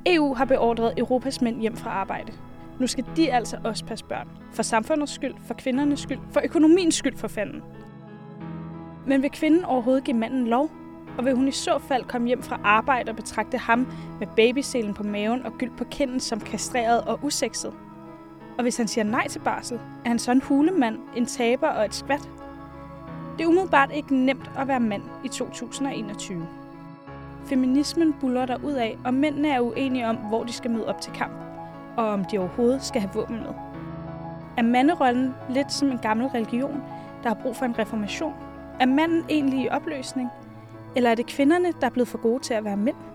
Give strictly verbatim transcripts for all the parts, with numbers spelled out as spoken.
E U har beordret Europas mænd hjem fra arbejde. Nu skal de altså også passe børn. For samfundets skyld, for kvindernes skyld, for økonomiens skyld for fanden. Men vil kvinden overhovedet give manden lov? Og vil hun i så fald komme hjem fra arbejde og betragte ham med babyselen på maven og gyld på kinden som kastreret og usekset? Og hvis han siger nej til barsel, er han så en hulemand, en taber og et skvat? Det er umiddelbart ikke nemt at være mand i to tusind og enogtyve. Feminismen buller der ud af, og mændene er uenige om, hvor de skal møde op til kamp, og om de overhovedet skal have våben med. Er manderollen lidt som en gammel religion, der har brug for en reformation? Er manden egentlig i opløsning? Eller er det kvinderne, der er blevet for gode til at være mænd?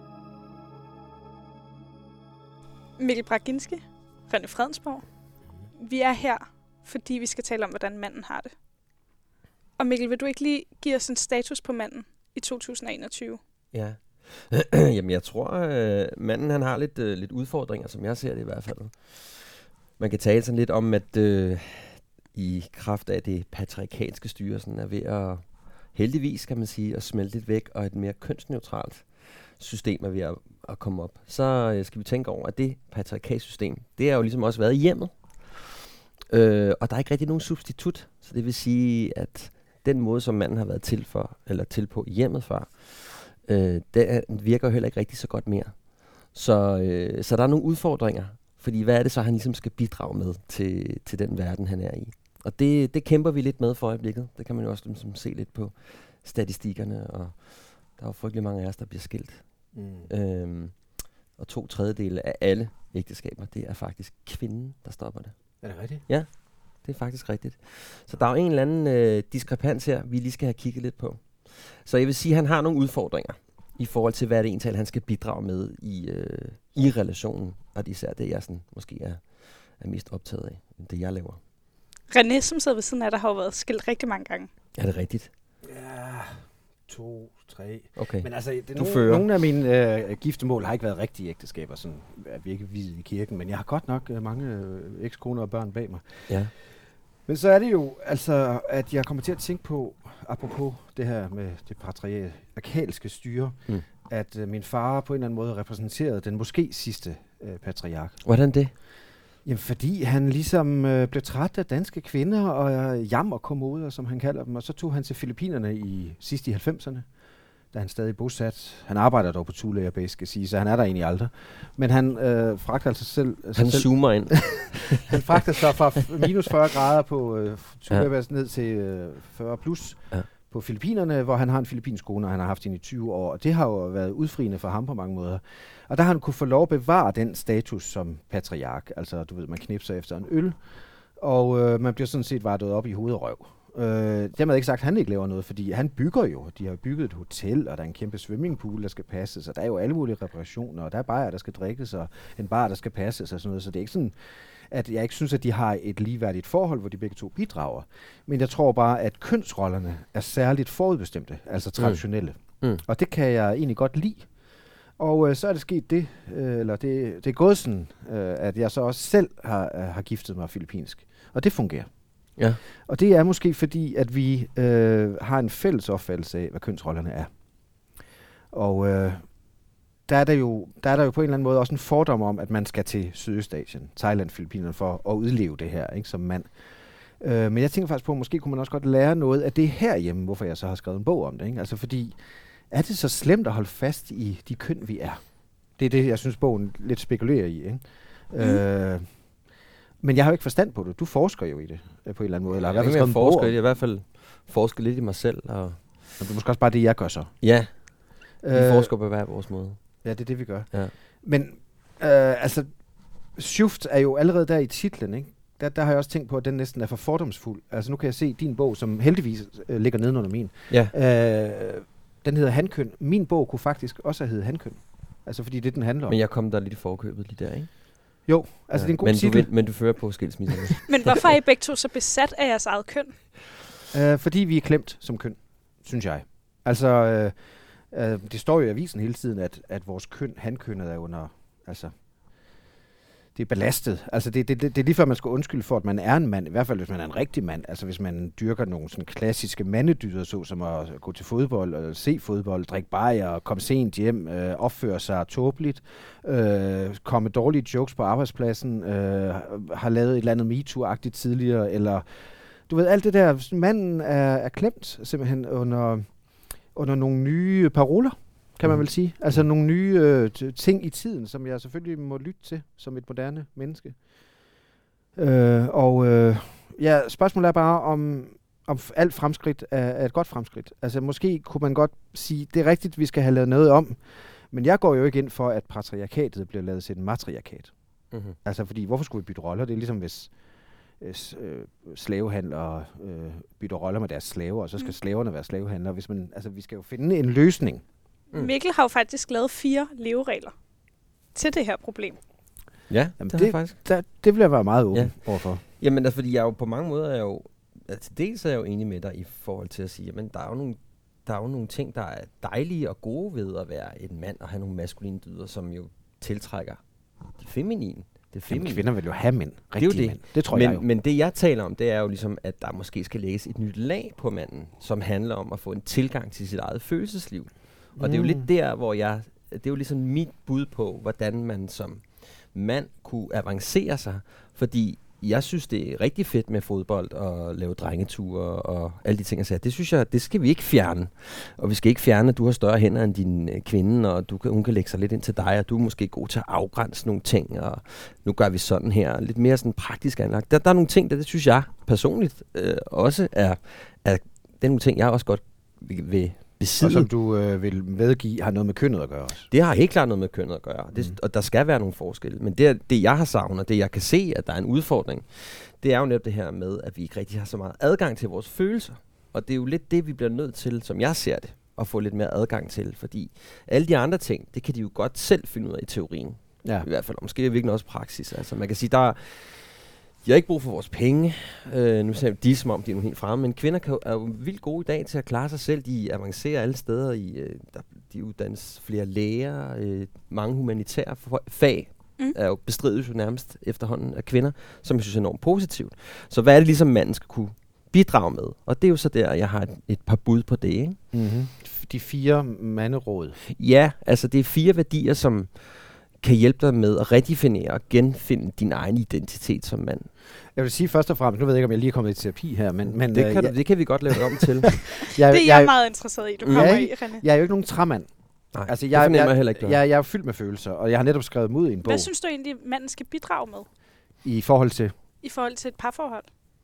Mikkel Braginski, René Fredensborg. Vi er her, fordi vi skal tale om, hvordan manden har det. Og Mikkel, vil du ikke lige give os en status på manden i to tusind og enogtyve? Ja. Jamen, jeg tror, at øh, manden han har lidt, øh, lidt udfordringer, som jeg ser det i hvert fald. Man kan tale sådan lidt om, at øh, i kraft af det patriarkalske styre sådan er ved at, heldigvis kan man sige, at smelte lidt væk, og et mere kønsneutralt system er ved at, at komme op. Så øh, skal vi tænke over, at det patriarkalsystem, det har jo ligesom også været i hjemmet. Øh, og der er ikke rigtig nogen substitut. Så det vil sige, at den måde, som manden har været til, for, eller til på i hjemmet før, øh, det virker jo heller ikke rigtig så godt mere. Så, øh, så der er nogle udfordringer. Fordi hvad er det så, han ligesom skal bidrage med til, til den verden, han er i? Og det, det kæmper vi lidt med for øjeblikket. Det kan man jo også ligesom se lidt på statistikkerne. Og der er jo frygtelig mange af os, der bliver skilt. Mm. Øhm, og to tredjedele af alle ægteskaber, det er faktisk kvinden, der stopper det. Er det rigtigt? Ja, det er faktisk rigtigt. Så der er jo en eller anden øh, diskrepans her, vi lige skal have kigget lidt på. Så jeg vil sige, at han har nogle udfordringer i forhold til, hvad er det egentlig, han skal bidrage med i, øh, i relationen. Og det er især det, jeg sådan, måske er, er mest optaget af, det jeg laver. René, som sidder ved siden af dig, har jo været skilt rigtig mange gange. Er det rigtigt? Ja, to, tre. Okay. Men altså, det du nogle, fører. nogle af mine øh, giftermål har ikke været rigtige ægteskaber, sådan at vi ikke viet i kirken, men jeg har godt nok øh, mange øh, ekskoner og børn bag mig. Ja. Men så er det jo, altså, at jeg kommer til at tænke på, apropos det her med det patriarkalske styre, mm. at øh, min far på en eller anden måde repræsenterede den måske sidste øh, patriark. Hvordan det? Jamen, fordi han ligesom øh, blev træt af danske kvinder og øh, jammerkommoder, som han kalder dem, og så tog han til Filippinerne i sidst i halvfemserne, da han stadig bosat. Han arbejder dog på Thule Air Base, skal sige, så han er der egentlig aldrig. Men han øh, fragter altså selv... Han selv, zoomer ind. han fragter sig fra minus fyrre grader på øh, Thule Ja. Air Base ned til øh, fyrre plus Ja. på Filippinerne, hvor han har en filippinsk kone, og han har haft hende i tyve år. Og det har jo været udfriende for ham på mange måder. Og der har han kunne få lov at bevare den status som patriark. Altså, du ved, man knipser efter en øl, og øh, man bliver sådan set vartet op i hoved og røv. Øh, dermed ikke sagt, at han ikke laver noget, fordi han bygger jo. De har bygget et hotel, og der er en kæmpe swimmingpool, der skal passes, og der er jo alle mulige reparationer, og der er bajer, der skal drikkes, og en bar, der skal passes og sådan noget. Så det er ikke sådan, at jeg ikke synes, at de har et ligeværdigt forhold, hvor de begge to bidrager. Men jeg tror bare, at kønsrollerne er særligt forudbestemte, altså traditionelle. Mm. Mm. Og det kan jeg egentlig godt lide. Og øh, så er det sket det, øh, eller det, det er gået sådan, øh, at jeg så også selv har, øh, har giftet mig filippinsk. Og det fungerer. Ja. Og det er måske fordi, at vi øh, har en fælles opfattelse af, hvad kønsrollerne er. Og øh, der, er der, jo, der er der jo på en eller anden måde også en fordom om, at man skal til Sydøstasien, Thailand, Filippinerne, for at udleve det her, ikke, som mand. Øh, men jeg tænker faktisk på, at måske kunne man også godt lære noget af det herhjemme, hvorfor jeg så har skrevet en bog om det. Ikke? Altså fordi, er det så slemt at holde fast i de køn, vi er? Det er det, jeg synes, bogen lidt spekulerer i. Ikke? Mm. Øh, men jeg har jo ikke forstand på det. Du forsker jo i det øh, på en eller anden måde. Eller Jeg, i hvert jeg, fald forsker, jeg i hvert fald forsker lidt i mig selv. Og men det er måske også bare det, jeg gør så. ja, vi Øh, forsker på hver vores måde. Ja, det er det, vi gør. Ja. Men øh, altså, Schuft er jo allerede der i titlen, ikke? Der, der har jeg også tænkt på, at den næsten er for fordomsfuld. Altså nu kan jeg se din bog, som heldigvis øh, ligger nedenunder min. Ja. Øh, den hedder Hankøn. Min bog kunne faktisk også have heddet Hankøn. Altså fordi det, den handler om. Men jeg kom der lidt i forkøbet lige der, ikke? Jo, altså Ja. det er en god men titel. Du vil, men du fører på skilsmisserne. Men hvorfor er I begge to så besat af jeres eget køn? Øh, fordi vi er klemt som køn, synes jeg. Altså, øh, øh, det står jo i avisen hele tiden, at, at vores køn, hankønnet er under, altså, det er belastet. Altså det, det, det, det er lige før, man skal undskylde for, at man er en mand, i hvert fald hvis man er en rigtig mand. Altså hvis man dyrker nogle sådan klassiske mandedyder, så som at gå til fodbold, eller se fodbold, drikke bajer, komme sent hjem, øh, opføre sig tåbeligt, øh, komme dårlige jokes på arbejdspladsen, øh, har lavet et eller andet MeToo-agtigt tidligere, eller du ved, alt det der, manden er, er klemt simpelthen under, under nogle nye paroler, kan man vel sige. Altså nogle nye øh, ting i tiden, som jeg selvfølgelig må lytte til som et moderne menneske. Øh, og øh, ja, spørgsmålet er bare, om, om alt fremskridt er, er et godt fremskridt. Altså måske kunne man godt sige, det er rigtigt, vi skal have lavet noget om, men jeg går jo ikke ind for, at patriarkatet bliver lavet til en matriarkat. Mm-hmm. Altså fordi, hvorfor skulle vi bytte roller? Det er ligesom hvis øh, slavehandlere øh, bytter roller med deres slaver, og så skal mm. slaverne være slavehandlere. Hvis man, altså vi skal jo finde en løsning. Mm. Mikkel har jo faktisk lavet fire leveregler til det her problem. Ja, Jamen det, det, faktisk. Der, det vil jeg være meget åben ja. overfor. Jamen altså, fordi jeg jo på mange måder er jo, altså dels er jeg jo enig med dig i forhold til at sige, jamen der er jo nogle, der er jo nogle ting, der er dejlige og gode ved at være en mand og have nogle maskuline dyder, som jo tiltrækker det feminine. Det feminine. Kvinder vil jo have mænd, rigtige det det. mænd. Det tror men, jeg jo. Men det jeg taler om, det er jo ligesom, at der måske skal lægges et nyt lag på manden, som handler om at få en tilgang til sit eget følelsesliv. Og mm. det er jo lidt der, hvor jeg, det er jo ligesom mit bud på, hvordan man som mand kunne avancere sig, fordi jeg synes, det er rigtig fedt med fodbold og lave drengeture og alle de ting, jeg siger. Det synes jeg, det skal vi ikke fjerne. Og vi skal ikke fjerne, at du har større hænder end din øh, kvinde, og du kan, hun kan lægge sig lidt ind til dig, og du er måske god til at afgrænse nogle ting, og nu gør vi sådan her. Lidt mere sådan praktisk anlagt. Der, der er nogle ting, der det synes jeg personligt øh, også er, er det er nogle ting, jeg også godt vil, vil besidde. Og som du øh, vil vedgive, har noget med kønnet at gøre også. Det har helt klart noget med kønnet at gøre, det, mm. og der skal være nogle forskelle. Men det, det, jeg har savnet, det jeg kan se, at der er en udfordring, det er jo netop det her med, at vi ikke rigtig har så meget adgang til vores følelser. Og det er jo lidt det, vi bliver nødt til, som jeg ser det, at få lidt mere adgang til. Fordi alle de andre ting, det kan de jo godt selv finde ud af i teorien. Ja. I hvert fald, og måske er virkelig også praksis. Altså man kan sige, der er de har ikke brug for vores penge. Øh, nu ser de som om, de er nu helt fremme. Men kvinder kan jo, er jo vildt gode i dag til at klare sig selv. De avancerer alle steder. I, øh, der, de uddannes flere læger. Øh, mange humanitære fag mm. er jo bestrides jo nærmest efterhånden af kvinder, som jeg synes er enormt positivt. Så hvad er det ligesom, manden skal kunne bidrage med? Og det er jo så der, jeg har et, et par bud på det. Ikke? Mm-hmm. De fire manderåd. Ja, altså det er fire værdier, som kan hjælpe dig med at redefinere og genfinde din egen identitet som mand. Jeg vil sige først og fremmest, nu ved jeg ikke, om jeg lige er kommet i terapi her, men... men det, kan øh, du, jeg, det kan vi godt lave det om til. jeg, det er jeg, jeg meget interesseret i, du kommer jeg, i, René. Jeg er jo ikke nogen træmand. Nej, altså, jeg, jeg, det jeg, jeg, heller ikke. Jeg, jeg er fyldt med følelser, og jeg har netop skrevet mod i en bog. Hvad synes du egentlig, manden skal bidrage med? I forhold til? I forhold til et parforhold?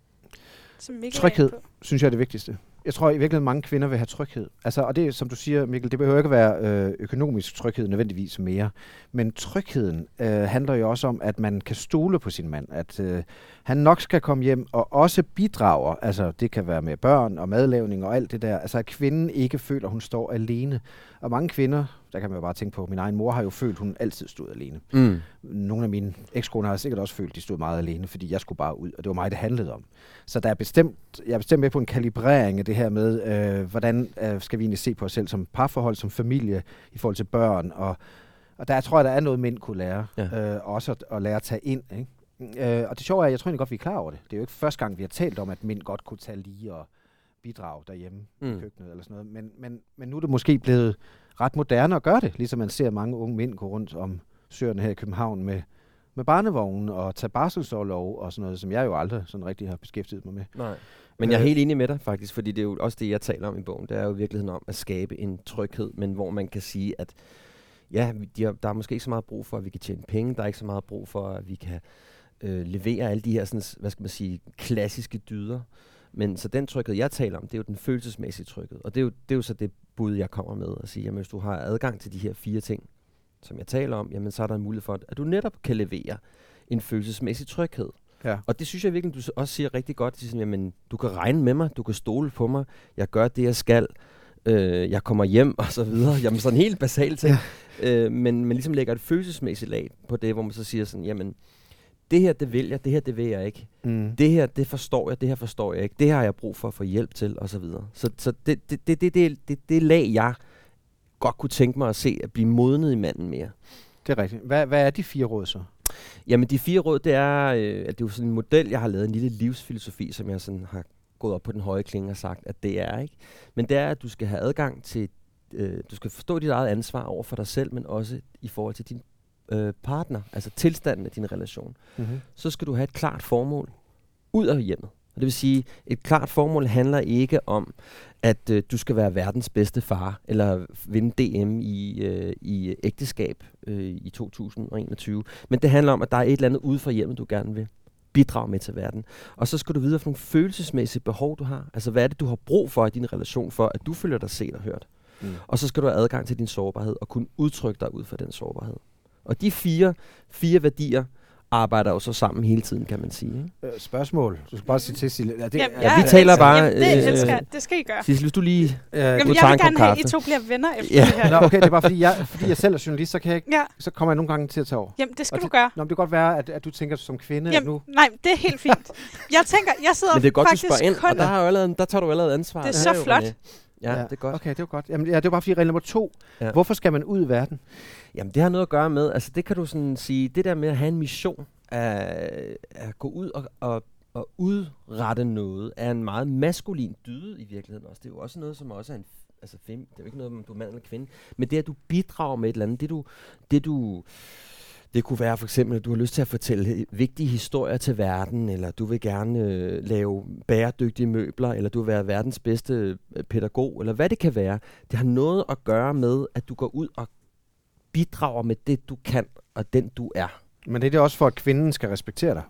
Som Mikkel tryghed, synes jeg er det vigtigste. Jeg tror i virkeligheden, mange kvinder vil have tryghed. Altså, og det, som du siger, Mikkel, det behøver ikke at være øh, økonomisk tryghed nødvendigvis mere. Men trygheden øh, handler jo også om, at man kan stole på sin mand. At øh, han nok skal komme hjem og også bidrager. Altså, det kan være med børn og madlavning og alt det der. Altså, at kvinden ikke føler, at hun står alene. Og mange kvinder, der kan man jo bare tænke på, min egen mor har jo følt, at hun altid stod alene. Mm. Nogle af mine ekskoner har sikkert også følt, at de stod meget alene, fordi jeg skulle bare ud, og det var mig, det handlede om. Så der er bestemt, jeg er bestemt med på en kalibrering af det her med, øh, hvordan øh, skal vi egentlig se på os selv som parforhold, som familie, i forhold til børn. Og, og der tror jeg, der er noget, mænd kunne lære. Ja. Øh, også at, at lære at tage ind. Ikke? Øh, og det sjove er, jeg tror egentlig godt, vi er klar over det. Det er jo ikke første gang, vi har talt om, at mænd godt kunne tage lige og bidrage derhjemme mm. i køkkenet eller sådan noget. Men, men, men nu er det måske blevet ret moderne at gøre det, ligesom man ser mange unge mænd gå rundt om søerne her i København med, med barnevognen og tage barselsorlov og sådan noget, som jeg jo aldrig sådan rigtig har beskæftiget mig med. Nej. Men jeg er helt enig med dig faktisk, fordi det er jo også det, jeg taler om i bogen. Det er jo i virkeligheden om at skabe en tryghed, men hvor man kan sige, at ja, de har, der er måske ikke så meget brug for, at vi kan tjene penge. Der er ikke så meget brug for, at vi kan øh, levere alle de her sådan, hvad skal man sige, klassiske dyder. Men så den tryghed, jeg taler om, det er jo den følelsesmæssige tryghed. Og det er jo, det er jo så det bud, jeg kommer med at sige, jamen hvis du har adgang til de her fire ting, som jeg taler om, jamen så er der en mulighed for, at du netop kan levere en følelsesmæssig tryghed. Ja. Og det synes jeg virkelig, du også siger rigtig godt. Siger, jamen, du kan regne med mig, du kan stole på mig, jeg gør det, jeg skal, øh, jeg kommer hjem og så videre. Jamen sådan helt basalt ting. Ja. Øh, men man ligesom lægger et følelsesmæssigt lag på det, hvor man så siger sådan, jamen, det her, det vil jeg, det her, det vil jeg ikke. Mm. Det her, det forstår jeg, det her forstår jeg ikke. Det her har jeg brug for at få hjælp til, og så videre. Så, så det, det, det, det, det, det, det lag, jeg godt kunne tænke mig at se, at blive modnet i manden mere. Det er rigtigt. Hvad, hvad er de fire råd så? Jamen, de fire råd, det er, øh, at det er jo sådan en model, jeg har lavet, en lille livsfilosofi, som jeg sådan har gået op på den høje klinge og sagt, at det er, ikke? Men det er, at du skal have adgang til, øh, du skal forstå dit eget ansvar over for dig selv, men også i forhold til din øh, partner, altså tilstanden af din relation. Mm-hmm. Så skal du have et klart formål ud af hjemmet. Og det vil sige, et klart formål handler ikke om, at øh, du skal være verdens bedste far, eller vinde D M i, øh, i ægteskab øh, i to tusind og enogtyve. Men det handler om, at der er et eller andet ude fra hjemmet, du gerne vil bidrage med til verden. Og så skal du vide, for nogle følelsesmæssige behov, du har. Altså, hvad er det, du har brug for i din relation, for at du føler dig set og hørt. Mm. Og så skal du have adgang til din sårbarhed, og kunne udtrykke dig ud fra den sårbarhed. Og de fire, fire værdier, arbejder jo så sammen hele tiden, kan man sige. Ikke? Øh, spørgsmål. Du skal bare sige til, Sille. Ja, det, jamen, ja, vi taler bare... Jamen, det, øh, skal, det skal I gøre. Sissel, hvis du lige... Øh, jamen, jeg vil gerne have, at I to bliver venner efter ja. det her. Nå, okay, det er bare fordi jeg, fordi jeg selv er journalist, så, kan jeg, ja. så kommer jeg nogle gange til at tage over. Jamen, det skal og du det, gøre. Nå, men det kan godt være, at, at du tænker som kvinde, jamen, at nu... Nej, det er helt fint. Jeg tænker, jeg sidder men det er godt, faktisk du spørger ind, kun... og der, har jo allerede, der tager du allerede ansvar. Det er så flot. Ja, ja, det er godt. Okay, det er godt. Jamen, ja, det var bare fordi regel nummer to. Ja. Hvorfor skal man ud i verden? Jamen, det har noget at gøre med, altså det kan du sådan sige, det der med at have en mission, at, at gå ud og, og, og udrette noget, er en meget maskulin dyde i virkeligheden også. Det er jo også noget, som også er en, altså fem, det er jo ikke noget, om du er mand eller kvinde, men det at du bidrager med et eller andet, det du, det du, det kunne være for eksempel, at du har lyst til at fortælle vigtige historier til verden, eller du vil gerne øh, lave bæredygtige møbler, eller du vil være verdens bedste øh, pædagog, eller hvad det kan være. Det har noget at gøre med, at du går ud og bidrager med det, du kan, og den du er. Men det er det også for, at kvinden skal respektere dig?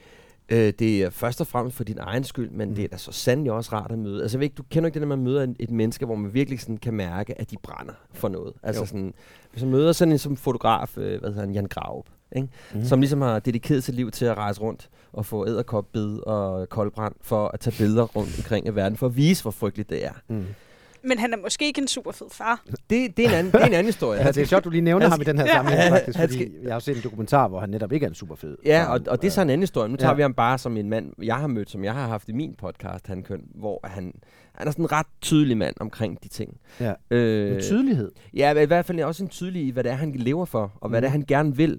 Øh, det er først og fremmest for din egen skyld, men mm. det er da så sandelig også rart at møde. Altså, du kender ikke det, når man møder et, et menneske, hvor man virkelig sådan kan mærke, at de brænder for noget. Altså sådan, hvis man møder sådan en som fotograf, øh, hvad hedder han, Jan Graup, ikke? Mm. Som ligesom har dedikeret sit liv til at rejse rundt og få edderkopbid og koldbrand for at tage billeder rundt omkring i verden, for at vise, hvor frygteligt det er. Mm. Men han er måske ikke en super fed far. Det, det, er, en anden, det er en anden historie. Ja, det er sjovt, du lige nævner ham i den her sammenhæng, ja, faktisk, fordi skal... jeg har set en dokumentar, hvor han netop ikke er en super fed. Ja, og, og det er så en anden historie. Nu tager ja. vi ham bare som en mand, jeg har mødt, som jeg har haft i min podcast, Han Køn, hvor han, han er sådan en ret tydelig mand omkring de ting. Ja, øh, med tydelighed. Ja, i hvert fald også en tydelig i, hvad det er, han lever for, og hvad mm. det er, han gerne vil.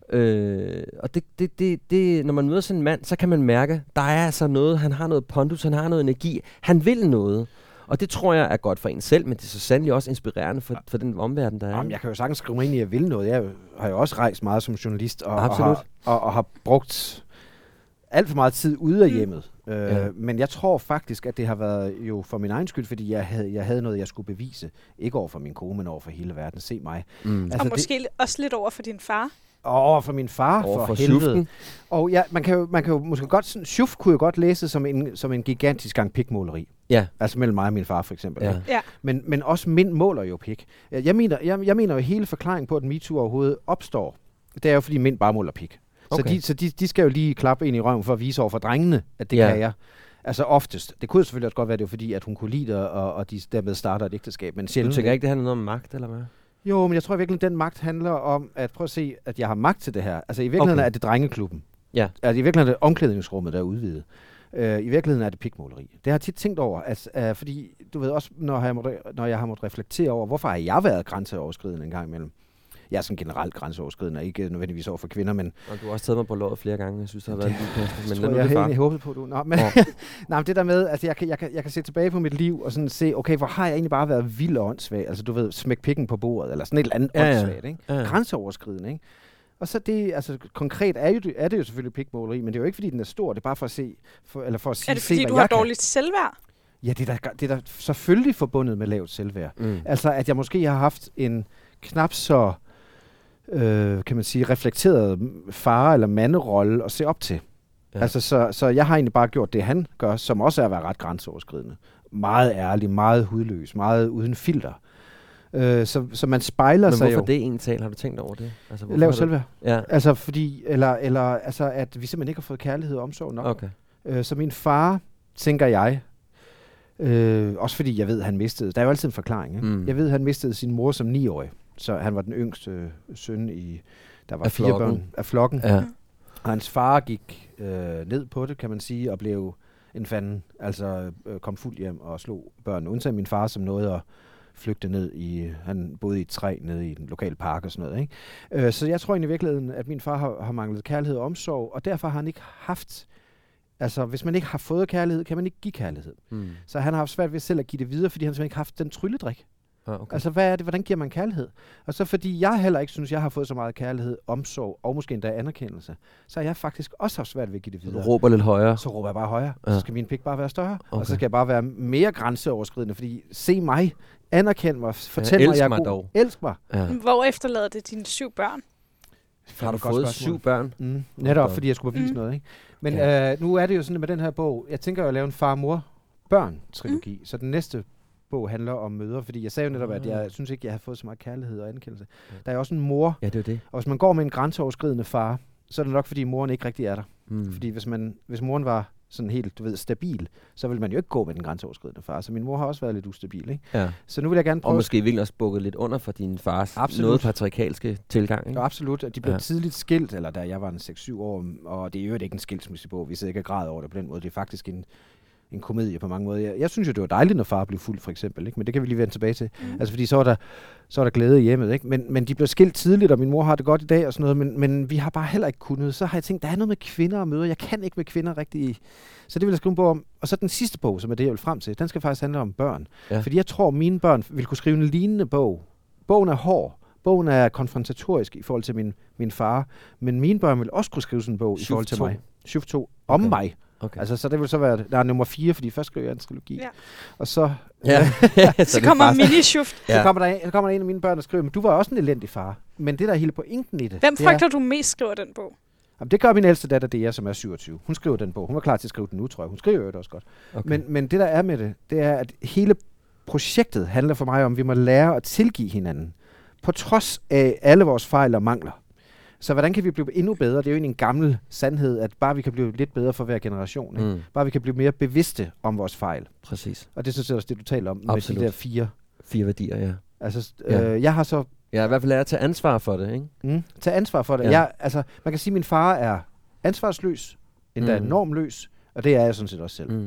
Øh, og det, det, det, det, når man møder sådan en mand, så kan man mærke, der er altså noget, han har noget pondus, han har noget energi, han vil noget. Og det tror jeg er godt for en selv, men det er så sandelig også inspirerende for, for den omverden, der er. Jamen, jeg kan jo sagtens skrive mig ind i, at jeg vil noget. Jeg har jo også rejst meget som journalist, og, og, har, og, og har brugt alt for meget tid ude af hjemmet. Mm. Øh, ja. Men jeg tror faktisk, at det har været jo for min egen skyld, fordi jeg havde, jeg havde noget, jeg skulle bevise. Ikke over for min kone, men over for hele verden. Se mig. Mm. Altså, og måske det, også lidt over for din far. Og over for min far, over for, for helvede. Schuften. Og ja, man kan jo, man kan jo måske godt, sådan, Schuf kunne jo godt læse som en, som en gigantisk gang pikmåleri. Ja. Altså mellem mig og min far, for eksempel. Ja. Ja. Men, men også Mind måler jo pik. Jeg mener, jeg, jeg mener jo hele forklaringen på, at MeToo overhovedet opstår, det er jo fordi Mind bare måler pik. Okay. Så, de, så de, de skal jo lige klappe ind i røven for at vise over for drengene, at det ja. kan jeg. Altså oftest. Det kunne selvfølgelig også godt være, det var fordi, at hun kunne lide det, og, og de dermed starter et ægteskab. Men sjældent. Du tænker ikke, det handler noget om magt, eller hvad? Jo, men jeg tror virkelig, at den magt handler om, at prøv at se, at jeg har magt til det her. Altså i virkeligheden okay. er det drengeklubben. Ja. Altså i virkeligheden er det omklædningsrummet, der er udvidet. Uh, I virkeligheden er det pikmåleri. Det har jeg tit tænkt over, at, uh, fordi du ved også, når jeg, må, når jeg har måttet reflektere over, hvorfor har jeg været grænseoverskridende en gang imellem? Jeg er sådan generelt grænseoverskridende, ikke nødvendigvis over for kvinder, men... Og du har også taget mig på låret flere gange, jeg synes, det har været en lille pæst, men jeg, jeg havde egentlig håbet på, du... Nå, men, oh. nej, men det der med, altså jeg kan, jeg, kan, jeg kan se tilbage på mit liv og sådan se, okay, hvor har jeg egentlig bare været vild og åndssvag? Altså du ved, smæk pikken på bordet, eller sådan et eller andet ja, åndssvagt, ikke? Ja, ja. Grænseoverskridende, ikke? Og så det, altså konkret er, jo, er det jo selvfølgelig pikmåleri, men det er jo ikke, fordi den er stor, det er bare for at se, for, eller for at sige, er det fordi, se, du har dårligt selvværd? Ja, det er, da, det er da selvfølgelig forbundet med lavt selvværd. Mm. Altså, at jeg måske har haft en knap så, øh, kan man sige, reflekteret far- eller manderolle at se op til. Ja. Altså, så, så jeg har egentlig bare gjort det, han gør, som også er at være ret grænseoverskridende. Meget ærlig, meget hudløs, meget uden filter. Øh, så, så man spejler Men sig jo... hvorfor det egentlig? Har du tænkt over det? Altså, Lav selvværd. Ja. Altså, fordi, eller, eller, altså, at vi simpelthen ikke har fået kærlighed og omsorg nok. Okay. Øh, så min far, tænker jeg, øh, også fordi jeg ved, at han mistede... Der er jo altid en forklaring. Ikke? Mm. Jeg ved, at han mistede sin mor som niårig. Så han var den yngste øh, søn i... Der var af fire flokken. børn af flokken. Ja. Og hans far gik øh, ned på det, kan man sige, og blev en fanden. Altså øh, kom fuld hjem og slog børn. Undtagen min far, som nåede at flygte ned i, han boede i et træ nede i den lokale park og sådan noget. Ikke? Øh, så jeg tror egentlig i virkeligheden, at min far har, har manglet kærlighed og omsorg, og derfor har han ikke haft, altså hvis man ikke har fået kærlighed, kan man ikke give kærlighed. Mm. Så han har haft svært ved selv at give det videre, fordi han simpelthen ikke har haft den trylledrik. Ah, okay. Altså, hvad er det? Hvordan giver man kærlighed? Og så fordi jeg heller ikke synes, jeg har fået så meget kærlighed, omsorg og måske endda anerkendelse, så har jeg faktisk også haft svært ved at give det videre. Så du råber lidt højere? Så råber jeg bare højere. Ja. Så skal min pik bare være større. Okay. Og så skal jeg bare være mere grænseoverskridende, fordi se mig, anerkend mig, fortæl ja, mig, jeg er god. Dog. Elsk mig. Ja. Hvor efterlader det dine syv børn? Har du fået syv børn? Mm, netop, okay. Fordi jeg skulle bevise mm. noget. Ikke? Men ja. øh, nu er det jo sådan med den her bog, jeg tænker jo at lave en far-mor-børn-trilogi, mm. så den næste bog handler om mødre, fordi jeg sagde jo netop, at jeg synes ikke, jeg har fået så meget kærlighed og anerkendelse. Ja. Der er jo også en mor, ja, det er det. Og hvis man går med en grænseoverskridende far, så er det nok, fordi moren ikke rigtig er der. Mm. Fordi hvis, man, hvis moren var sådan helt, du ved, stabil, så vil man jo ikke gå med den grænseoverskridende far. Så min mor har også været lidt ustabil, ikke? Ja. Så nu vil jeg gerne prøve... Og måske vil også bukket lidt under for din fars absolut. Noget patriarkalske tilgang, ikke? Ja, absolut. De blev ja. tidligt skilt, eller da jeg var en seks syv år, og det er jo ikke en skilsmissebog. Vi sidder ikke og græder over det på den måde. Det er faktisk en en komedie på mange måder. Jeg, jeg synes jo, det var dejligt, når far blev fuld, for eksempel. Ikke? Men det kan vi lige vende tilbage til. Mm. Altså, fordi så var der, så var der glæde i hjemmet. Ikke? Men, men de blev skilt tidligt, og min mor har det godt i dag og sådan noget, men, men vi har bare heller ikke kunnet. Så har jeg tænkt, der er noget med kvinder og mødre. Jeg kan ikke med kvinder rigtig. Så det vil jeg skrive en bog om. Og så den sidste bog, som er det, jeg vil frem til, den skal faktisk handle om børn. Ja. Fordi jeg tror, mine børn vil kunne skrive en lignende bog. Bogen er hård. Bogen er konfrontatorisk i forhold til min, min far. Men mine børn vil også kunne skrive sådan en bog i forhold til mig. syv to om okay. mig. Okay. Altså, så det vil så være, der er nummer fire, fordi først skriver jeg en trilogi. Ja. Og så... Ja. så, så kommer mini-shuft. Ja. Så, kommer der, så kommer der en af mine børn og skriver, men du var også en elendig far. Men det der er hele pointen i det... Hvem frygter du mest skriver den bog? Jamen, det gør min ældste datter, det er jeg, som er syvogtyve. Hun skriver den bog. Hun var klar til at skrive den nu, tror jeg. Hun skriver jo det også godt. Okay. Men, men det der er med det, det er, at hele projektet handler for mig om, at vi må lære at tilgive hinanden. På trods af alle vores fejl og mangler. Så hvordan kan vi blive endnu bedre? Det er jo egentlig en gammel sandhed, at bare vi kan blive lidt bedre for hver generation. Ikke? Mm. Bare vi kan blive mere bevidste om vores fejl. Præcis. Og det synes jeg også, det du taler om. Absolut. Med de der fire. Fire værdier, ja. Altså, ja. Øh, jeg har så... Jeg har i hvert fald lært at tage ansvar for det, ikke? Mm, tage ansvar for det. Ja. Jeg, altså, man kan sige, at min far er ansvarsløs, endda mm. normløs, og det er jeg sådan set også selv. Mm.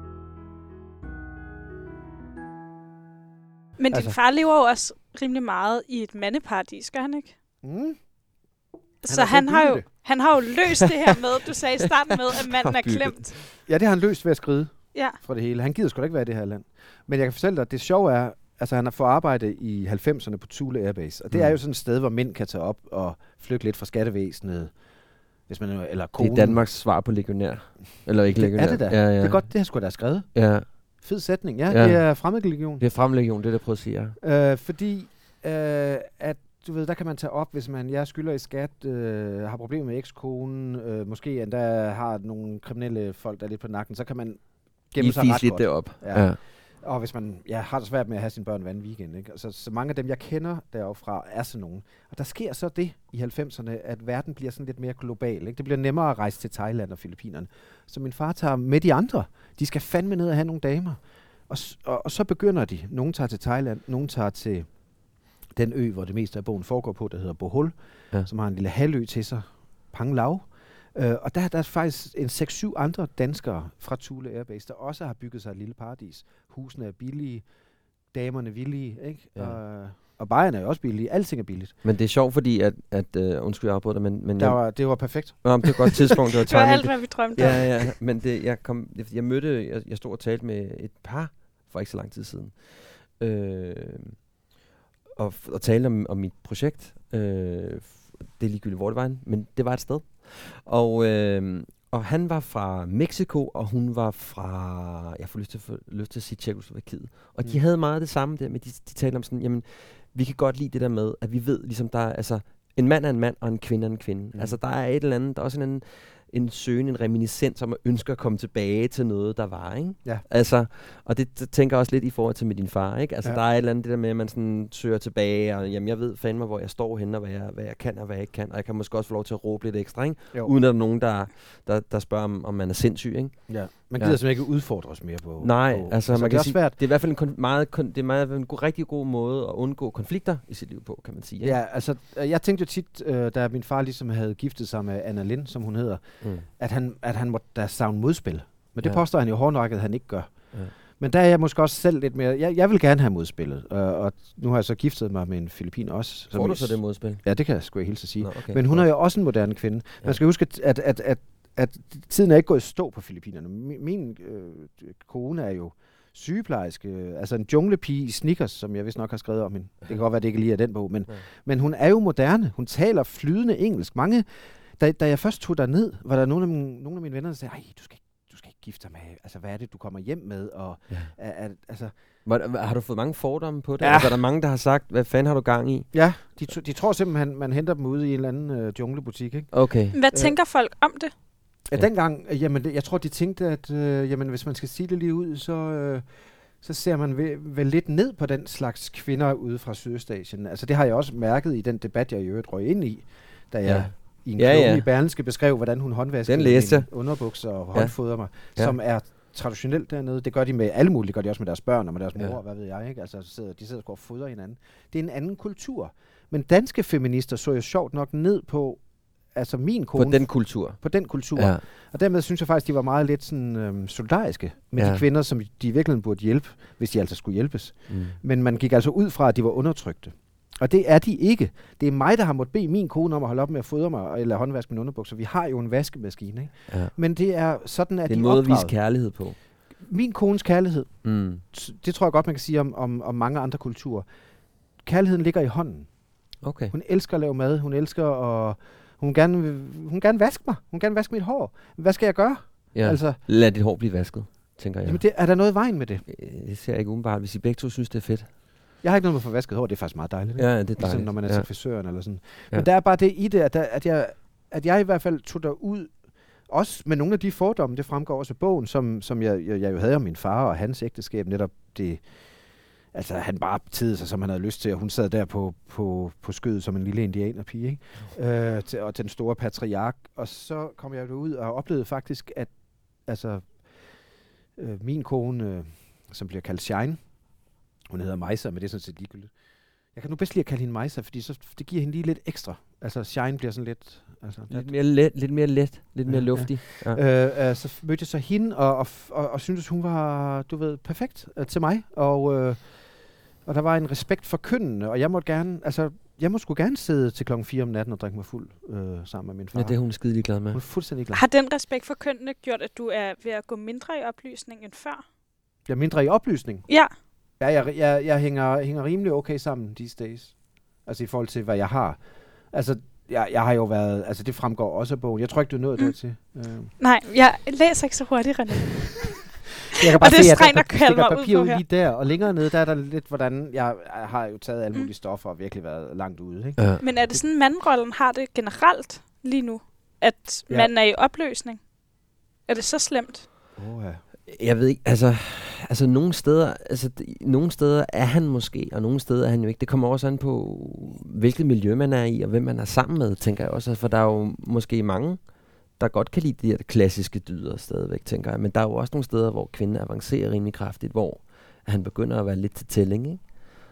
Men din altså. far lever jo også rimelig meget i et mandeparadis, gør han ikke? Mm. Så han, han har jo han har jo løst det her med, du sagde i starten med, at manden er klemt. Ja, det har han løst ved at skride ja. fra det hele. Han gider sgu da ikke være i det her land. Men jeg kan fortælle dig, at det sjove er, altså han har fået arbejde i halvfemserne på Thule Airbase, og det mm. er jo sådan et sted, hvor mænd kan tage op og flygte lidt fra skattevæsenet, hvis man eller konen. Det er Danmarks svar på legionær. Eller ikke legionær. Er det da? Ja, ja. Det er godt, det har sgu da skrevet. Ja. Fed sætning, ja. ja. Det er fremmedlegion. Det er fremmedlegion, det er det, jeg prøver at sige, ja. Øh, fordi øh, at du ved, der kan man tage op, hvis man, jeg skylder i skat, øh, har problemer med ekskonen, øh, måske endda har nogle kriminelle folk, der er lidt på nakken, så kan man gemme sig ret godt. Derop. Ja. Ja. Og hvis man ja, har det svært med at have sine børn hver anden weekend, ikke? Så, så mange af dem, jeg kender deroppe fra, er sådan nogen. Og der sker så det i halvfemserne, at verden bliver sådan lidt mere global. Ikke? Det bliver nemmere at rejse til Thailand og Filippinerne. Så min far tager med de andre. De skal fandme ned og have nogle damer. Og, og, og så begynder de. Nogle tager til Thailand, nogle tager til den ø, hvor det meste af bogen foregår på, der hedder Bohol, ja. som har en lille halvø til sig, Panglau. Uh, og der, der er faktisk en seks syv andre danskere fra Thule Airbase, der også har bygget sig et lille paradis. Husene er billige, damerne villige, ikke? Ja. Og, og bajerne er også billige. Alting er billigt. Men det er sjovt, fordi at, at uh, undskyld, jeg afbryder, men... men der var, det var perfekt. Nå, det var et godt tidspunkt. Det var, det var alt, hvad vi drømte om. Ja, ja, men det, jeg, kom, jeg, jeg mødte, jeg, jeg stod og talte med et par for ikke så lang tid siden. Øh, og, og talte om, om mit projekt. Øh, det er ligegyldigt, hvor det var, men det var et sted. Og, øh, og han var fra Mexico, og hun var fra, jeg får lyst til, for, lyst til at sige Tjekkoslovakiet. Og mm. de havde meget det samme der, med de, de talte om sådan, jamen, vi kan godt lide det der med, at vi ved, ligesom der er, altså, en mand er en mand, og en kvinde er en kvinde. Mm. Altså, der er et eller andet, der er også en anden, en søgen, en reminiscens om at ønske at komme tilbage til noget, der var, ikke? Ja. Altså, og det, det tænker jeg også lidt i forhold til med din far, ikke? Altså, ja. der er et eller andet det der med, at man sådan søger tilbage, og jamen, jeg ved fandme, hvor jeg står henne, og hvad jeg, hvad jeg kan, og hvad jeg ikke kan, og jeg kan måske også få lov til at råbe lidt ekstra, ikke? Jo. Uden at der er nogen, der, der, der spørger, om, om man er sindssyg, ikke? Ja. Man gider ja. simpelthen ikke udfordre os mere på... Nej, på, altså, man det kan sige, svært. Det er i hvert fald en, kon- meget, kon- det er meget, en god, rigtig god måde at undgå konflikter i sit liv på, kan man sige. Ikke? Ja, altså, jeg tænkte jo tit, øh, da min far ligesom havde giftet sig med Anna Lind, som hun hedder, mm. at han, at han måtte da savne modspil. Men det ja. påstår han jo hårdnakket, at han ikke gør. Ja. Men der er jeg måske også selv lidt mere... Jeg, jeg vil gerne have modspillet, og, og nu har jeg så giftet mig med en filipin også. Får du så det modspil? Ja, det kan jeg sgu jeg hilse at sige. Nå, okay. Men hun er jo også en moderne kvinde. Ja. Man skal huske, at, at, at, at, at tiden er ikke gået i stå på Filippinerne. Min, min øh, kone er jo sygeplejerske, altså en junglepige i Snickers, som jeg vist nok har skrevet om hende. Det kan godt være, det ikke lige er den bog, men, ja. men hun er jo moderne. Hun taler flydende engelsk. Mange, da, da jeg først tog derned, var der nogle af mine, nogle af mine venner, der sagde, ej, du skal, du skal ikke gifte dig med, altså hvad er det, du kommer hjem med? Og, ja. a, a, altså, har du fået mange fordomme på det? Ja. Altså, er der mange, der har sagt, hvad fanden har du gang i? Ja, de, de tror simpelthen, man, man henter dem ude i en eller anden øh, junglebutik, ikke? Okay. Hvad tænker folk om det? Ja, dengang, jamen, det, jeg tror, de tænkte, at øh, jamen, hvis man skal sige det lige ud, så... Øh, så ser man vel, vel lidt ned på den slags kvinder ude fra Sydøstasien. Altså det har jeg også mærket i den debat, jeg i øvrigt røg ind i, da jeg ja. i en ja, klumme ja. i Berlingske beskrev, hvordan hun håndvaskede mine underbukser og ja. håndfoder mig, ja. som er traditionelt dernede. Det gør de med alle mulige, det gør de også med deres børn og med deres mor, ja. hvad ved jeg, ikke? Altså sidder, de sidder og fodrer hinanden. Det er en anden kultur. Men danske feminister så jo sjovt nok ned på altså min kone... På den kultur. På den kultur. Ja. Og dermed synes jeg faktisk, de var meget lidt sådan, øhm, solidariske med ja. de kvinder, som de i virkeligheden burde hjælpe, hvis de altså skulle hjælpes. Mm. Men man gik altså ud fra, at de var undertrykte. Og det er de ikke. Det er mig, der har måttet bede min kone om at holde op med at fodre mig, eller håndvaske mine underbukser. Vi har jo en vaskemaskine, ikke? Ja. Men det er sådan, at det er de en måde opdraget. at vise kærlighed på. Min kones kærlighed, mm. det tror jeg godt, man kan sige om, om, om mange andre kulturer. Kærligheden ligger i hånden. Okay. Hun elsker at lave mad. Hun elsker at... Hun gerne, hun gerne vaske mig. Hun gerne vaske mit hår. Hvad skal jeg gøre? Ja. Altså, lad dit hår blive vasket, tænker jeg. Jamen det, er der noget i vejen med det? Det ser jeg ikke umiddelbart. Hvis I begge to synes, det er fedt. Jeg har ikke noget med at få vasket hår. Det er faktisk meget dejligt. Ikke? Ja, det er dejligt. Ligesom når man er ja. til frisøren eller sådan. Ja. Men der er bare det i det, at, der, at, jeg, at jeg i hvert fald tog derud, også med nogle af de fordomme, det fremgår også af bogen, som, som jeg, jeg, jeg jo havde om min far og hans ægteskab, netop det... Altså, han bare tidede sig, som han havde lyst til, og hun sad der på, på, på skødet som en lille indianerpige, ikke? Mm. Øh, til, og til den store patriark. Og så kom jeg ud og oplevede faktisk, at altså, øh, min kone, øh, som bliver kaldt Shine, hun hedder Majsa, men det er sådan set ligegyldigt. Jeg kan nu bedst lide at kalde hende Majsa, fordi så, det giver hende lige lidt ekstra. Altså, Shine bliver sådan lidt... Altså, lidt, mere let, lidt mere let, lidt mere ja, luftig. Ja. Ja. Øh, øh, så mødte jeg så hende, og, og, og, og syntes, hun var, du ved, perfekt øh, til mig. Og... Øh, Og der var en respekt for kønnene, og jeg måtte gerne, altså, jeg måtte sgu gerne sidde til klokken fire om natten og drikke mig fuld øh, sammen med min far. Ja, det er hun skidelig glad med. Hun er fuldstændig glad. Har den respekt for kønnene gjort, at du er ved at gå mindre i oplysning end før? Jeg er mindre i oplysning? Ja. Ja, jeg, jeg, jeg hænger, hænger rimelig okay sammen these days. Altså i forhold til, hvad jeg har. Altså, jeg, jeg har jo været, altså det fremgår også af bogen. Jeg tror ikke, du er nået mm. dertil. Øh. Nej, jeg læser ikke så hurtigt, René. Jeg kan bare og det er strengt at at kalde mig papir ud på her. Lige der, og længere nede, der er der lidt, hvordan jeg, jeg har jo taget alle mulige mm. stoffer og virkelig været langt ude. Ikke? Ja. Men er det sådan, mandrollen har det generelt lige nu? At ja. man er i opløsning? Er det så slemt? Oh, ja. Jeg ved ikke, altså, altså nogle steder, altså nogle steder er han måske, og nogle steder er han jo ikke. Det kommer også an på, hvilket miljø man er i, og hvem man er sammen med, tænker jeg også. For der er jo måske mange, der godt kan lide de her klassiske dyder stadigvæk, tænker jeg. Men der er jo også nogle steder, hvor kvinden avancerer rimelig kraftigt, hvor han begynder at være lidt til tælling, ikke?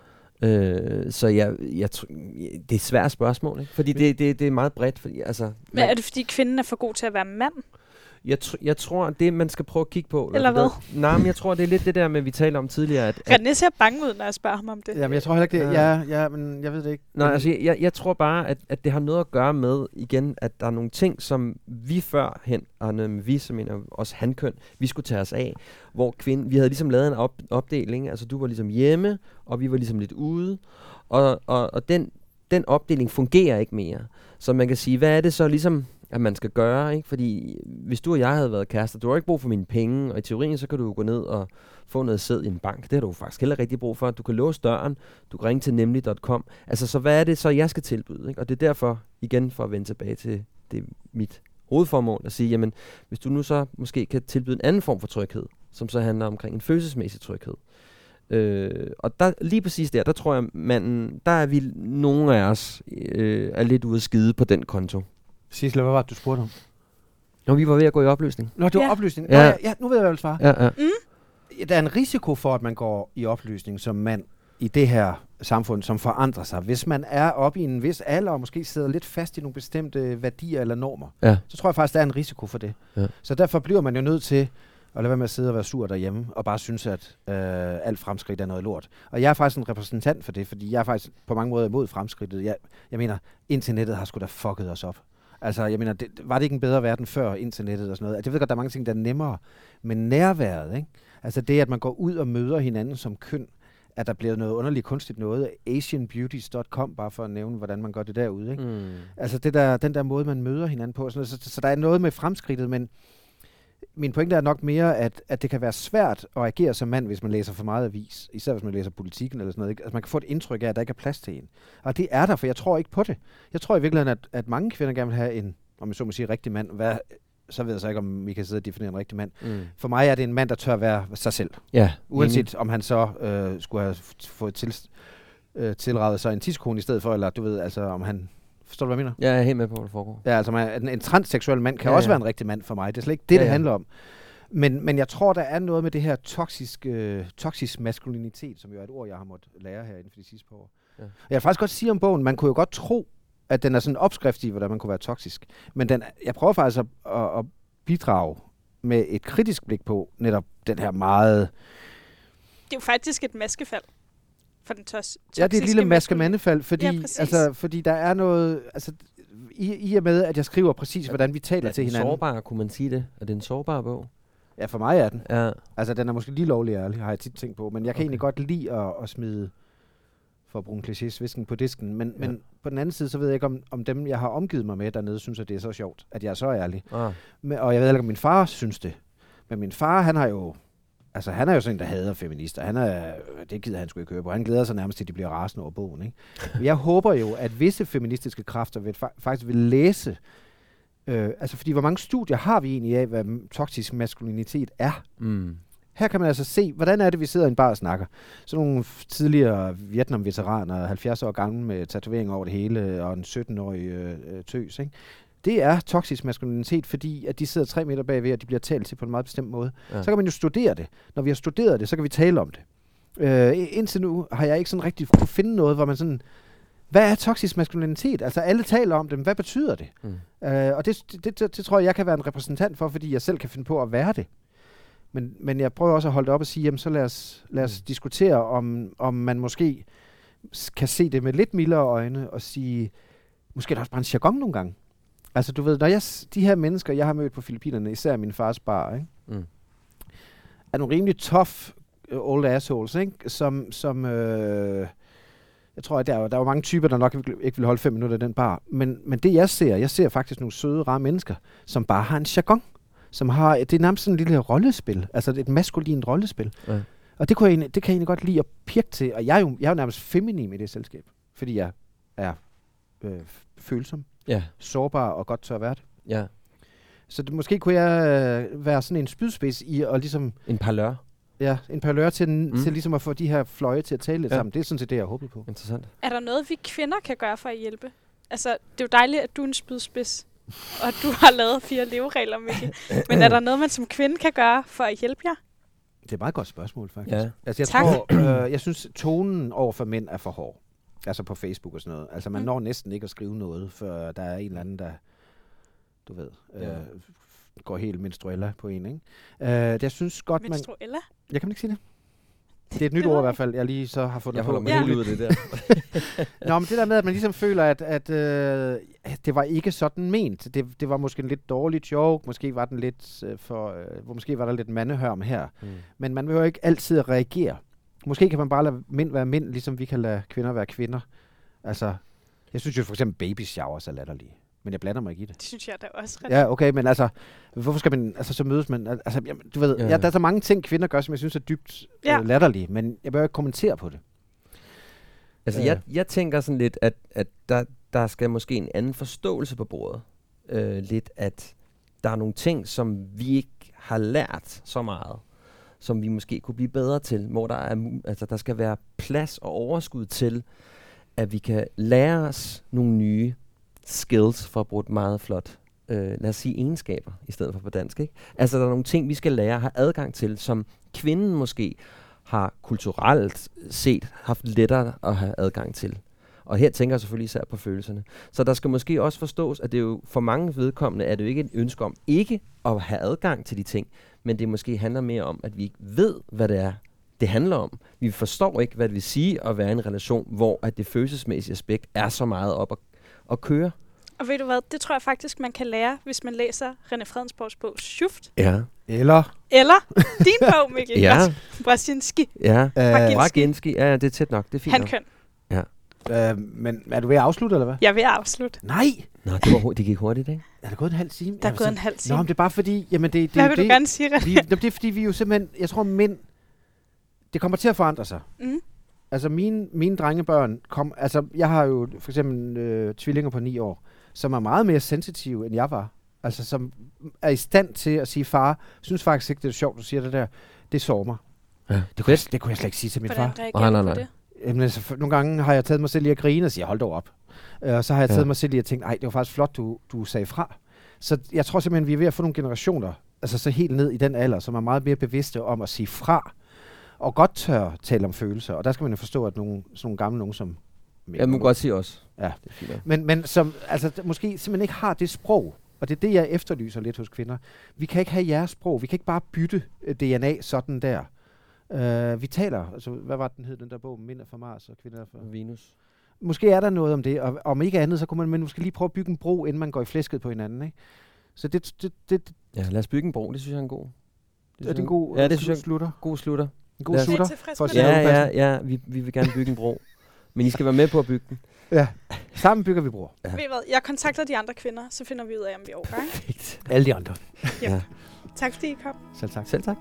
Øh, så jeg, jeg, det er et svært spørgsmål, ikke? Fordi det, det, det er meget bredt. Fordi, altså, men er det, fordi kvinden er for god til at være mand? Jeg, tr- jeg tror, det man skal prøve at kigge på... Eller hvad? Nej, men jeg tror, det er lidt det der med, vi talte om tidligere, at... René ser bange ud, når jeg spørger ham om det. Jamen, jeg tror heller ikke det. Ja, ja, men jeg ved det ikke. Nej, altså, jeg, jeg tror bare, at, at det har noget at gøre med, igen, at der er nogle ting, som vi førhen, og med vi, som mener også hankøn, vi skulle tage os af, hvor kvinden... Vi havde ligesom lavet en op, opdeling, altså du var ligesom hjemme, og vi var ligesom lidt ude, og, og, og den, den opdeling fungerer ikke mere. Så man kan sige, hvad er det så ligesom... at man skal gøre, ikke? Fordi hvis du og jeg havde været kærester, du har ikke brug for mine penge, og i teorien, så kan du gå ned og få noget sæd i en bank. Det har du faktisk heller rigtig brug for. Du kan låse døren, du kan ringe til nemlig punktum com. Altså, så hvad er det så, jeg skal tilbyde? Ikke? Og det er derfor, igen for at vende tilbage til det mit hovedformål, at sige, jamen, hvis du nu så måske kan tilbyde en anden form for tryghed, som så handler omkring en følelsesmæssig tryghed. Øh, og der, lige præcis der, der tror jeg, manden, der er vi, nogle af os, øh, er lidt ude at skide på den konto. Sissel, hvad var det, du spurgte om? Nå, vi var ved at gå i opløsning. Nå, det var ja. opløsning. Ja. Nå, ja, ja, nu ved jeg, hvad jeg vil svare. Ja, ja. Mm. Der er en risiko for, at man går i opløsning som mand i det her samfund, som forandrer sig. Hvis man er oppe i en vis alder, og måske sidder lidt fast i nogle bestemte værdier eller normer, ja. så tror jeg faktisk, der er en risiko for det. Ja. Så derfor bliver man jo nødt til Og lad være med at sidde og være sur derhjemme, og bare synes, at øh, alt fremskridt er noget lort. Og jeg er faktisk en repræsentant for det, fordi jeg er faktisk på mange måder imod fremskridtet. Jeg, jeg mener, internettet har sgu da fucket os op. Altså, jeg mener, det, var det ikke en bedre verden før internettet og sådan noget? Jeg ved godt, der er mange ting, der er nemmere, men nærværet, ikke? Altså det, at man går ud og møder hinanden som køn, at der bliver noget underligt kunstigt noget. asian beauties punktum com, bare for at nævne, hvordan man gør det derude, ikke? Mm. Altså det der, den der måde, man møder hinanden på. Sådan noget. Så, så der er noget med fremskridtet, men min pointe er nok mere, at, at det kan være svært at agere som mand, hvis man læser for meget avis. Især hvis man læser Politikken eller sådan noget. Ikke? Altså man kan få et indtryk af, at der ikke er plads til en. Og det er der, for jeg tror ikke på det. Jeg tror i virkeligheden, at, at mange kvinder gerne vil have en, om jeg så må sige, rigtig mand. Hvad, så ved jeg så ikke, om vi kan sidde og definere en rigtig mand. Mm. For mig er det en mand, der tør være sig selv. Ja. Uanset om han så øh, skulle have fået til, øh, tilradet sig en tidskone i stedet for, eller du ved, altså om han... Forstår du, hvad jeg mener? Ja, jeg er helt med på, hvad det foregår. Ja, altså man, en, en transseksuel mand kan ja, også ja. være en rigtig mand for mig. Det er slet ikke det, ja, ja. det handler om. Men, men jeg tror, der er noget med det her toksisk, øh, toksisk maskulinitet, som jo er et ord, jeg har måttet lære her inden for de sidste par år. Ja. Jeg vil faktisk godt sige om bogen, man kunne jo godt tro, at den er sådan en opskrift i, hvordan man kunne være toksisk. Men den, jeg prøver faktisk at, at, at bidrage med et kritisk blik på netop den her meget... Det er jo faktisk et maskefald. For den tos- ja, det er et lille maske-mandefald, fordi, ja, altså, fordi der er noget... Altså, i, I og med, at jeg skriver præcis, ja, hvordan vi taler ja, til hinanden. Er den sårbar, kunne man sige det? Er det en sårbar bog? Ja, for mig er den. Ja. Altså, den er måske lige lovlig ærlig, har jeg tit tænkt på. Men jeg kan okay. egentlig godt lide at, at smide, for at bruge en kliché-svisken på disken. Men, ja. men på den anden side, så ved jeg ikke, om, om dem, jeg har omgivet mig med dernede, synes, at det er så sjovt, at jeg er så ærlig. Ah. Men, og jeg ved ikke, om min far synes det. Men min far, han har jo... Altså, han er jo sådan en, der hader feminister. Han er, det gider han sgu ikke høre på. Han glæder sig nærmest til, at de bliver rasende over bogen, ikke? Jeg håber jo, at visse feministiske kræfter vil, faktisk vil læse... Øh, altså, fordi hvor mange studier har vi egentlig af, hvad toksisk maskulinitet er? Mm. Her kan man altså se, hvordan er det, vi sidder i en bar og snakker. Så nogle tidligere Vietnam-veteraner, halvfjerds år gamle med tatoveringer over det hele, og en sytten-årig øh, tøs, ikke? Det er toksisk maskulinitet, fordi at de sidder tre meter bagved, og de bliver talt til på en meget bestemt måde. Ja. Så kan man jo studere det. Når vi har studeret det, så kan vi tale om det. Øh, indtil nu har jeg ikke sådan rigtig kunne finde noget, hvor man sådan... Hvad er toksisk maskulinitet? Altså alle taler om det, men hvad betyder det? Mm. Øh, og det, det, det, det tror jeg, jeg kan være en repræsentant for, fordi jeg selv kan finde på at være det. Men, men jeg prøver også at holde det op og sige, jamen så lad os, lad os mm. diskutere, om, om man måske kan se det med lidt mildere øjne, og sige, måske er der også bare en jargon nogle gange. Altså du ved, når jeg, de her mennesker, jeg har mødt på Filippinerne, især min fars bar, ikke? Mm. er nogle rimelig tough uh, old assholes, ikke? Som, som øh, jeg tror, at der er, der er jo mange typer, der nok ikke vil holde fem minutter i den bar. Men, men det jeg ser, jeg ser faktisk nogle søde, rare mennesker, som bare har en jargon. Som har, det er nærmest sådan et lille rollespil. Altså et maskulint rollespil. Ja. Og det, kunne jeg egentlig, det kan jeg egentlig godt lide at pirke til. Og jeg er jo, jeg er jo nærmest feminin i det selskab. Fordi jeg er øh, følsom, ja. sårbar og godt tør at være det. Ja. Så det, måske kunne jeg øh, være sådan en spydspids i at ligesom... En parlør. Ja, en parlør til, mm. til ligesom at få de her fløje til at tale lidt ja. sammen. Det er sådan set det, jeg håber på. Interessant. Er der noget, vi kvinder kan gøre for at hjælpe? Altså, det er jo dejligt, at du er en spydspids, og du har lavet fire leveregler, Mikkel. Men er der noget, man som kvinde kan gøre for at hjælpe jer? Det er et meget godt spørgsmål, faktisk. Ja. Altså, jeg tak. tror, øh, jeg synes, tonen over for mænd er for hård. Altså på Facebook og sådan noget. Altså, man mm. når næsten ikke at skrive noget, før der er en eller anden, der, du ved, øh, ja. går helt menstruella på en, ikke? Uh, det, jeg synes godt, man... Menstruella? Jeg kan ikke sige det. Det er et nyt ord i hvert fald, jeg lige så har fundet jeg på. Jeg holder mig ud af det der. Nå, men det der med, at man ligesom føler, at, at øh, det var ikke sådan ment. Det, det var måske en lidt dårlig joke, måske var den lidt øh, for, øh, måske var der lidt mandehørm her. Mm. Men man vil jo ikke altid reagere. Måske kan man bare lade mænd være mænd, ligesom vi kan lade kvinder være kvinder. Altså, jeg synes jo for eksempel baby showers er latterlige. Men jeg blander mig ikke i det. Det synes jeg da også ret. Ja, okay, men altså, hvorfor skal man, altså så mødes man, altså, jamen, du ved, ja, ja. Ja, der er så mange ting, kvinder gør, som jeg synes er dybt ja. øh, latterlige, men jeg bør jo ikke kommentere på det. Altså, øh. jeg, jeg tænker sådan lidt, at, at der, der skal måske en anden forståelse på bordet. Øh, lidt, at der er nogle ting, som vi ikke har lært så meget, som vi måske kunne blive bedre til, hvor der er, altså, der skal være plads og overskud til, at vi kan lære os nogle nye skills, for at bruge et meget flot, øh, lad os sige egenskaber, i stedet for på dansk, ikke? Altså, der er nogle ting, vi skal lære at have adgang til, som kvinden måske har kulturelt set haft lettere at have adgang til. Og her tænker jeg selvfølgelig især på følelserne. Så der skal måske også forstås, at det er jo for mange vedkommende, er det jo ikke et ønske om ikke at have adgang til de ting, men det måske handler mere om, at vi ikke ved, hvad det er, det handler om. Vi forstår ikke, hvad det vil sige at være i en relation, hvor at det følelsesmæssige aspekt er så meget op at, at køre. Og ved du hvad, det tror jeg faktisk, man kan lære, hvis man læser René Fredensborgs bog Schuft. Ja. Eller? Eller din bog, Mikkel. Ja. Brasinski. Ja. Braginski. Braginski. Ja, det er tæt nok. Det er fint nok. Hankøn. Øh, men er du ved at afslutte, eller hvad? Jeg vil afslutte. Nej! Nå, det, var, hu- det gik hurtigt, ikke? Er der gået en halv time? Der er Jamen, gået så- en halv Nå, time. men det er bare fordi, jamen det, det Hvad er vil jo du det, gerne sige, René? vi, jamen, det er fordi, vi jo simpelthen, jeg tror mænd, det kommer til at forandre sig. Mm. Altså mine, mine drengebørn, kom, altså jeg har jo for eksempel øh, tvillinger på ni år, som er meget mere sensitive, end jeg var. Altså som er i stand til at sige, far, synes faktisk ikke, det er sjovt, du siger det der. Det sårer mig. Ja. Det kunne, jeg, det kunne jeg slet ikke sige til min far. Hvordan reagerer Nej, du nej, på nej. det? Jamen, altså, for, nogle gange har jeg taget mig selv i at grine og sige, hold dog op. Øh, Og så har jeg Ja. taget mig selv i at tænke, ej, det var faktisk flot, du, du sagde fra. Så jeg tror simpelthen, vi er ved at få nogle generationer, altså så helt ned i den alder, som er meget mere bevidste om at sige fra, og godt tør tale om følelser. Og der skal man jo forstå, at nogle, sådan nogle gamle nogen som... Jeg må godt sige også. Ja. Det er fint nok. Men, men som altså, d- måske simpelthen ikke har det sprog, og det er det, jeg efterlyser lidt hos kvinder. Vi kan ikke have jeres sprog. Vi kan ikke bare bytte øh, D N A sådan der. Uh, vi taler, altså hvad var den hed, den der bog, Mænd er fra Mars og Kvinder er fra... Venus. Måske er der noget om det, og om ikke andet, så kunne man men måske lige prøve at bygge en bro, inden man går i flæsket på hinanden, ikke? Så det, det, det, Ja, lad os bygge en bro. Det synes jeg er en god. det er det en god Ja, det øh, synes jeg er slutter. en god slutter. En god Lad os- slutter. Jeg er tilfreds for at med sige det. Ja, noget ja, upassende. ja. Vi, vi vil gerne bygge en bro. Men I skal være med på at bygge den. Ja, sammen bygger vi broer. Ja. Ved I hvad? Jeg kontakter de andre kvinder, så finder vi ud af, om vi overgår. ikke? Perfekt. Alle de andre. Ja. Tak fordi I kom. Selv tak. Selv tak.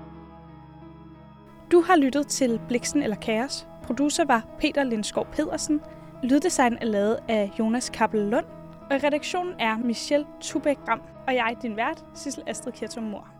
Du har lyttet til Bliksen eller Kaos. Producer var Peter Lindskov Pedersen. Lyddesign er lavet af Jonas Kappel Lund. Og i redaktionen er Michelle Tubæk Ram. Og jeg, din vært, Sissel Astrid Kjertum Mor.